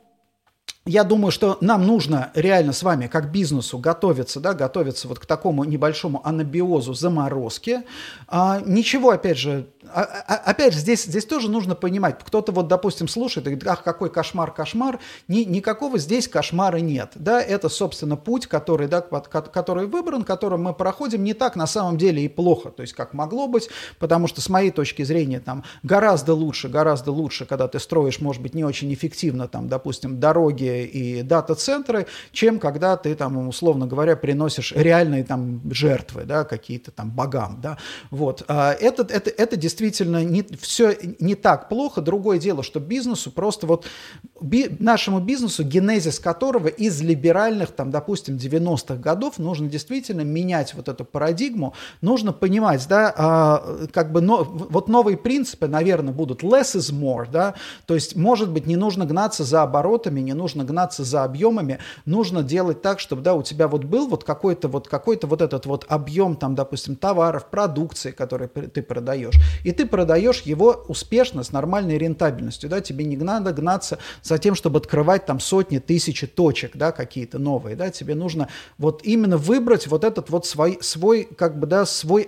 Я думаю, что нам нужно реально с вами, как бизнесу, готовиться, да, готовиться вот к такому небольшому анабиозу, заморозке. А, ничего, опять же, а, а, опять же, здесь, здесь тоже нужно понимать, кто-то вот, допустим, слушает и говорит, ах, какой кошмар, кошмар, Ни, никакого здесь кошмара нет. Да, это, собственно, путь, который, да, который выбран, которым мы проходим, не так на самом деле и плохо, то есть как могло быть, потому что с моей точки зрения там гораздо лучше, гораздо лучше, когда ты строишь, может быть, не очень эффективно, там, допустим, дороги и дата-центры, чем когда ты там, условно говоря, приносишь реальные там жертвы, да, какие-то там богам, да, вот. Это, это, это действительно не, все не так плохо. Другое дело, что бизнесу просто вот, би, нашему бизнесу, генезис которого из либеральных, там, допустим, девяностых годов, нужно действительно менять вот эту парадигму, нужно понимать, да, как бы, но, вот новые принципы, наверное, будут less is more, да, то есть, может быть, не нужно гнаться за оборотами, не нужно гнаться за объемами, нужно делать так, чтобы, да, у тебя вот был вот какой-то вот какой-то вот этот вот объем, там, допустим, товаров, продукции, которые ты продаешь, и ты продаешь его успешно, с нормальной рентабельностью, да, тебе не надо гнаться за тем, чтобы открывать там сотни, тысячи точек, да, какие-то новые, да, тебе нужно вот именно выбрать вот этот вот свой, свой как бы, да, свой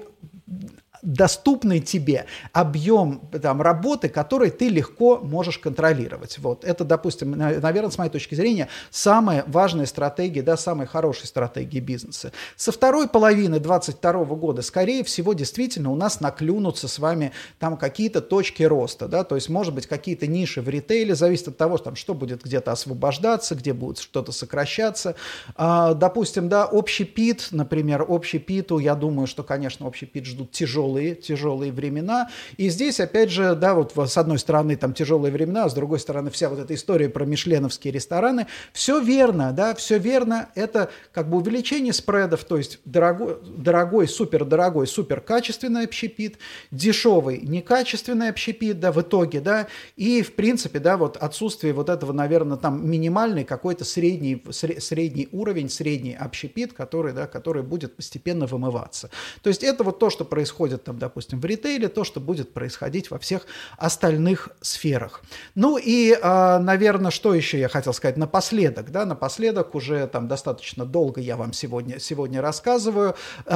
доступный тебе объем там, работы, который ты легко можешь контролировать. Вот. Это, допустим, наверное, с моей точки зрения, самая важная стратегия, да, самая хорошая стратегия бизнеса. Со второй половины двадцать второго года, скорее всего, действительно у нас наклюнутся с вами там какие-то точки роста, да, то есть, может быть, какие-то ниши в ритейле, зависит от того, там, что будет где-то освобождаться, где будет что-то сокращаться. А, допустим, да, общепит, например, общепиту, я думаю, что, конечно, общепит ждут тяжелые тяжелые, тяжелые времена. И здесь, опять же, да, вот с одной стороны там тяжелые времена, а с другой стороны вся вот эта история про мишленовские рестораны. Все верно, да, все верно. Это как бы увеличение спредов, то есть дорогой, дорогой супердорогой, суперкачественный общепит, дешевый, некачественный общепит, да, в итоге, да, и, в принципе, да, вот отсутствие вот этого, наверное, там минимальный какой-то средний, средний уровень, средний общепит, который, да, который будет постепенно вымываться. То есть это вот то, что происходит там, допустим, в ритейле, то, что будет происходить во всех остальных сферах. Ну и, наверное, что еще я хотел сказать напоследок, да, напоследок уже там достаточно долго я вам сегодня, сегодня рассказываю.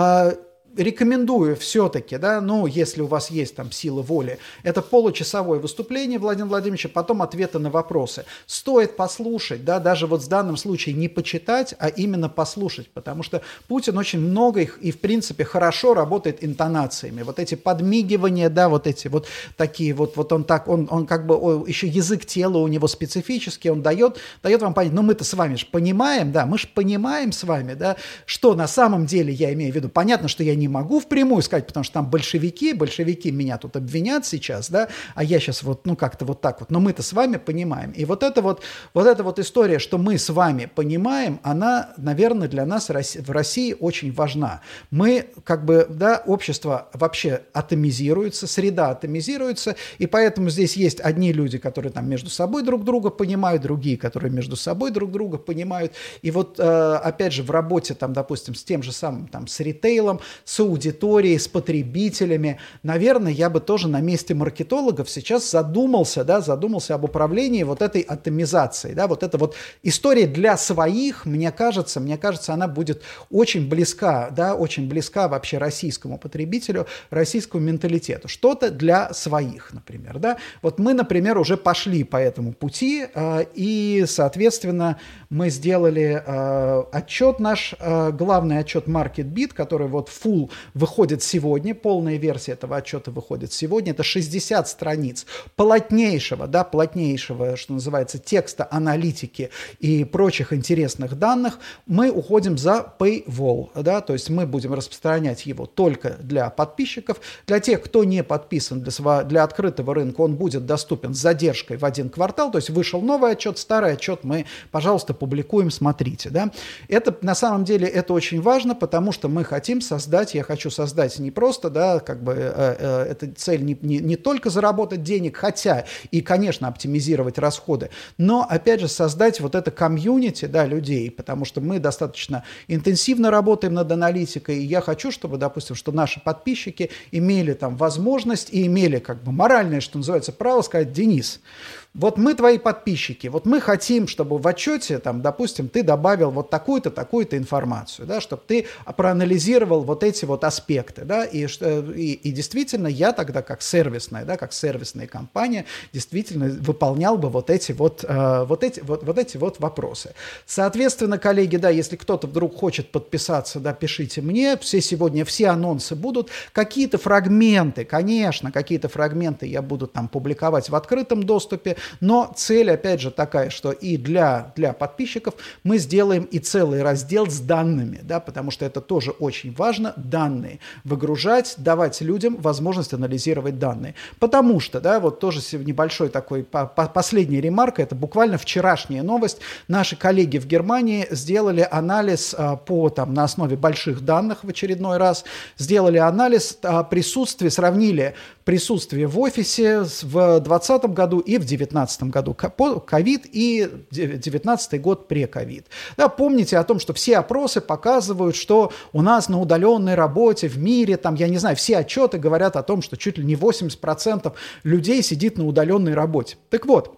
Рекомендую все-таки, да, ну, если у вас есть там сила воли, это получасовое выступление Владимира Владимировича, потом ответы на вопросы. Стоит послушать, да, даже вот в данном случае не почитать, а именно послушать, потому что Путин очень много их и, в принципе, хорошо работает интонациями. Вот эти подмигивания, да, вот эти вот такие вот, вот он так, он, он как бы, о, еще язык тела у него специфический, он дает, дает вам понять, ну, мы-то с вами же понимаем, да, мы же понимаем с вами, да, что на самом деле я имею в виду. Понятно, что я не могу впрямую сказать, потому что там большевики, большевики меня тут обвинят сейчас, да, а я сейчас вот, ну, как-то вот так вот, но мы-то с вами понимаем. И вот эта вот, вот эта вот история, что мы с вами понимаем, она, наверное, для нас в России очень важна. Мы, как бы, да, общество вообще атомизируется, среда атомизируется, и поэтому здесь есть одни люди, которые там между собой друг друга понимают, другие, которые между собой друг друга понимают. И вот, опять же, в работе, там, допустим, с тем же самым, там, с ритейлом, с аудиторией, с потребителями. Наверное, я бы тоже на месте маркетологов сейчас задумался, да, задумался об управлении вот этой атомизацией, да, вот эта вот история для своих, мне кажется, мне кажется, она будет очень близка, да, очень близка вообще российскому потребителю, российскому менталитету. Что-то для своих, например, да. Вот мы, например, уже пошли по этому пути, э, и, соответственно, мы сделали э, отчет наш, э, главный отчет MarketBeat, который вот full выходит сегодня, полная версия этого отчета выходит сегодня, это шестьдесят страниц плотнейшего, да, плотнейшего, что называется, текста, аналитики и прочих интересных данных. Мы уходим за paywall, да, то есть мы будем распространять его только для подписчиков, для тех, кто не подписан, для, для открытого рынка он будет доступен с задержкой в один квартал, то есть вышел новый отчет, старый отчет мы, пожалуйста, публикуем, смотрите, да. Это, на самом деле, это очень важно, потому что мы хотим создать, я хочу создать не просто, да, как бы э, э, эта цель не, не, не только заработать денег, хотя и, конечно, оптимизировать расходы, но, опять же, создать вот это комьюнити, да, людей, потому что мы достаточно интенсивно работаем над аналитикой, и я хочу, чтобы, допустим, что наши подписчики имели там возможность и имели как бы моральное, что называется, право сказать: Денис, вот мы твои подписчики, вот мы хотим, чтобы в отчете, там, допустим, ты добавил вот такую-то, такую-то информацию, да, чтобы ты проанализировал вот эти вот аспекты, да, и, и, и действительно я тогда как сервисная, да, как сервисная компания действительно выполнял бы вот эти вот, э, вот, эти, вот, вот эти вот вопросы. Соответственно, коллеги, да, если кто-то вдруг хочет подписаться, да, пишите мне, все сегодня, все анонсы будут, какие-то фрагменты, конечно, какие-то фрагменты я буду там публиковать в открытом доступе, но цель, опять же, такая, что и для, для подписчиков мы сделаем и целый раздел с данными, да, потому что это тоже очень важно, данные выгружать, давать людям возможность анализировать данные. Потому что, да, вот тоже небольшой такой по, по, последняя ремарка, это буквально вчерашняя новость, наши коллеги в Германии сделали анализ а, по, там, на основе больших данных в очередной раз, сделали анализ а, присутствия, сравнили присутствие в офисе в двадцатом году и в девятнадцатом году, ковид и девятнадцатый год пре-ковид. Да, помните о том, что все опросы показывают, что у нас на удаленной работе в мире, там, я не знаю, все отчеты говорят о том, что чуть ли не восемьдесят процентов людей сидит на удаленной работе. Так вот,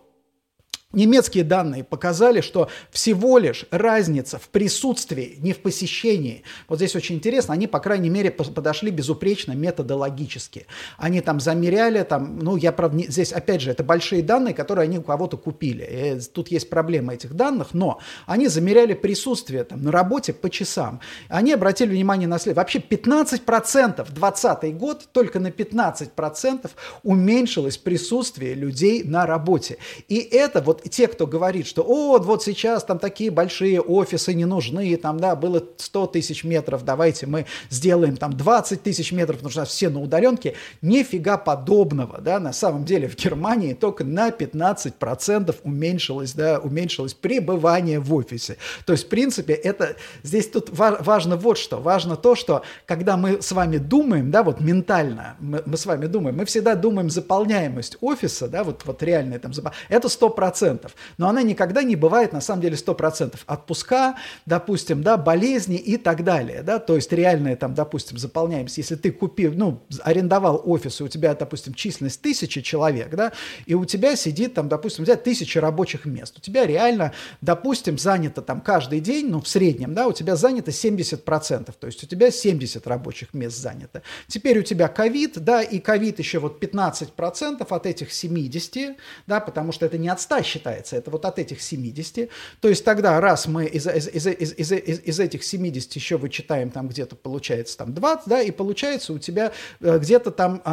немецкие данные показали, что всего лишь разница в присутствии, не в посещении. Вот здесь очень интересно, они, по крайней мере, подошли безупречно методологически. Они там замеряли, там, ну, я, правда, не, здесь, опять же, это большие данные, которые они у кого-то купили. И тут есть проблема этих данных, но они замеряли присутствие там на работе по часам. Они обратили внимание на следующее. Вообще пятнадцать процентов двадцатый год, только на пятнадцать процентов уменьшилось присутствие людей на работе. И это вот вот те, кто говорит, что о, вот сейчас там такие большие офисы не нужны, там, да, было сто тысяч метров, давайте мы сделаем там двадцать тысяч метров, потому что у нас все на удаленке, нифига подобного, да, на самом деле в Германии только на пятнадцать процентов уменьшилось, да, уменьшилось пребывание в офисе. То есть, в принципе, это, здесь тут важно вот что, важно то, что когда мы с вами думаем, да, вот ментально, мы, мы с вами думаем, мы всегда думаем заполняемость офиса, да, вот, вот реальная там, это сто процентов, но она никогда не бывает на самом деле сто процентов. Отпуска, допустим, да, болезни и так далее, да, то есть реальная там, допустим, заполняемость, если ты купил, ну, арендовал офис, и у тебя, допустим, численность тысячи человек, да, и у тебя сидит там, допустим, у тебя тысяча рабочих мест, у тебя реально, допустим, занято там каждый день, ну, в среднем, да, у тебя занято семьдесят процентов, то есть у тебя семьдесят рабочих мест занято. Теперь у тебя ковид, да, и ковид еще вот пятнадцать процентов от этих семидесяти, да, потому что это не от ста считается, это вот от этих семидесяти. То есть тогда раз мы из, из, из, из, из, из, из этих семидесяти еще вычитаем там где-то получается там двадцать, да, и получается у тебя э, где-то там,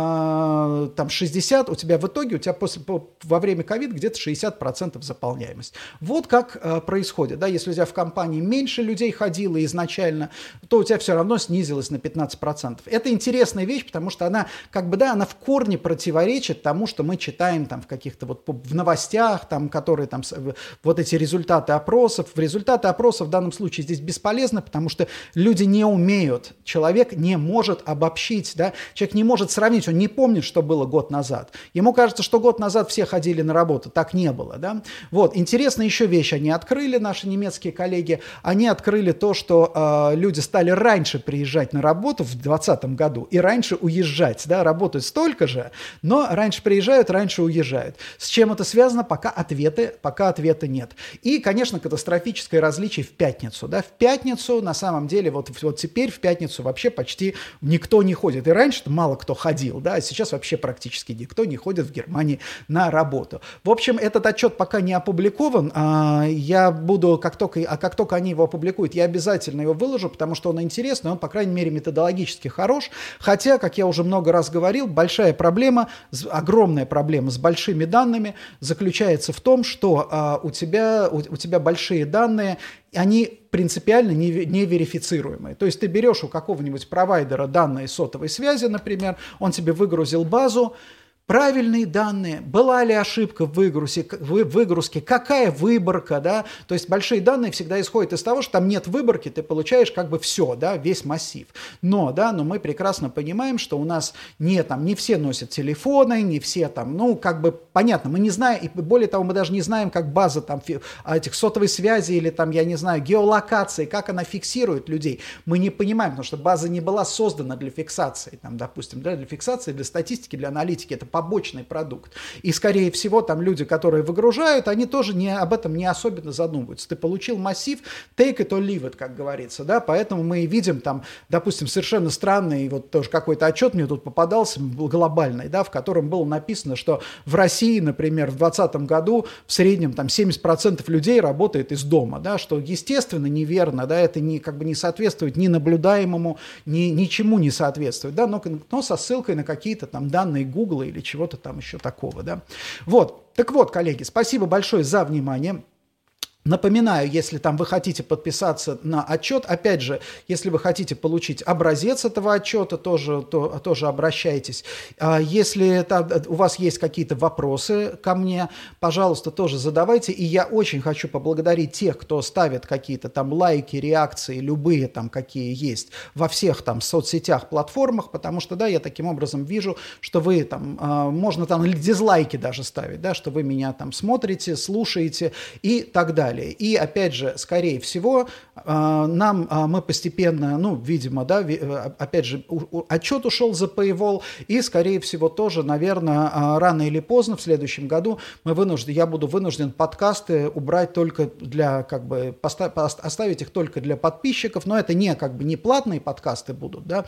э, там шестьдесят, у тебя в итоге, у тебя после, по, во время ковида где-то шестьдесят процентов заполняемость. Вот как э, происходит, да, если у тебя в компании меньше людей ходило изначально, то у тебя все равно снизилось на пятнадцать процентов. Это интересная вещь, потому что она как бы, да, она в корне противоречит тому, что мы читаем там в каких-то вот в новостях, там, которые там, вот эти результаты опросов. Результаты опросов в данном случае здесь бесполезны, потому что люди не умеют, человек не может обобщить, да, человек не может сравнить, он не помнит, что было год назад. Ему кажется, что год назад все ходили на работу, так не было, да. Вот, интересная еще вещь они открыли, наши немецкие коллеги, они открыли то, что э, люди стали раньше приезжать на работу в двадцатом году и раньше уезжать, да, работают столько же, но раньше приезжают, раньше уезжают. С чем это связано, пока ответы, пока ответа нет. И, конечно, катастрофическое различие в пятницу. Да? В пятницу, на самом деле, вот, вот теперь в пятницу вообще почти никто не ходит. И раньше-то мало кто ходил, да, а сейчас вообще практически никто не ходит в Германии на работу. В общем, этот отчет пока не опубликован. А я буду, как только, а как только они его опубликуют, я обязательно его выложу, потому что он интересный, он, по крайней мере, методологически хорош. Хотя, как я уже много раз говорил, большая проблема, огромная проблема с большими данными заключается в том, что а, у тебя, у, у тебя большие данные, они принципиально не, не верифицируемые. То есть ты берешь у какого-нибудь провайдера данные сотовой связи, например, он тебе выгрузил базу, правильные данные, была ли ошибка в выгрузке, в выгрузке, какая выборка, да, то есть большие данные всегда исходят из того, что там нет выборки, ты получаешь как бы все, да, весь массив. Но, да, но мы прекрасно понимаем, что у нас не, там, не все носят телефоны, не все там, ну, как бы, понятно, мы не знаем, и более того, мы даже не знаем, как база там этих сотовой связи или там, я не знаю, геолокации, как она фиксирует людей. Мы не понимаем, потому что база не была создана для фиксации, там, допустим, да, для фиксации, для статистики, для аналитики, это побочный продукт. И, скорее всего, там люди, которые выгружают, они тоже не, об этом не особенно задумываются. Ты получил массив, take it or leave it, как говорится, да, поэтому мы и видим там, допустим, совершенно странный, вот тоже какой-то отчет мне тут попадался, глобальный, да, в котором было написано, что в России, например, в двадцатом году в среднем там семьдесят процентов людей работает из дома, да, что, естественно, неверно, да, это не, как бы не соответствует ни наблюдаемому, ни, ничему не соответствует, да, но, но со ссылкой на какие-то там данные Гугла или чего-то там еще такого, да. Вот, так вот, коллеги, спасибо большое за внимание. Напоминаю, если там вы хотите подписаться на отчет, опять же, если вы хотите получить образец этого отчета, тоже, то, тоже обращайтесь. Если это, у вас есть какие-то вопросы ко мне, пожалуйста, тоже задавайте. И я очень хочу поблагодарить тех, кто ставит какие-то там лайки, реакции, любые там какие есть во всех там соцсетях, платформах, потому что, да, я таким образом вижу, что вы там, можно там дизлайки даже ставить, да, что вы меня там смотрите, слушаете и так далее. И, опять же, скорее всего, нам, мы постепенно, ну, видимо, да, опять же, отчет ушел за Paywall, и, скорее всего, тоже, наверное, рано или поздно в следующем году мы вынуждены, я буду вынужден подкасты убрать только для, как бы, оставить их только для подписчиков, но это не, как бы, не платные подкасты будут, да,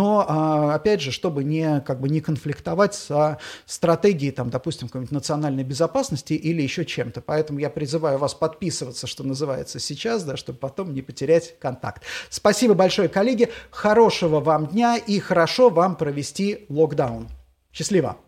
но, опять же, чтобы не, как бы, не конфликтовать со стратегией, там, допустим, какой-нибудь национальной безопасности или еще чем-то. Поэтому я призываю вас подписываться, что называется, сейчас, да, чтобы потом не потерять контакт. Спасибо большое, коллеги, хорошего вам дня и хорошо вам провести локдаун. Счастливо!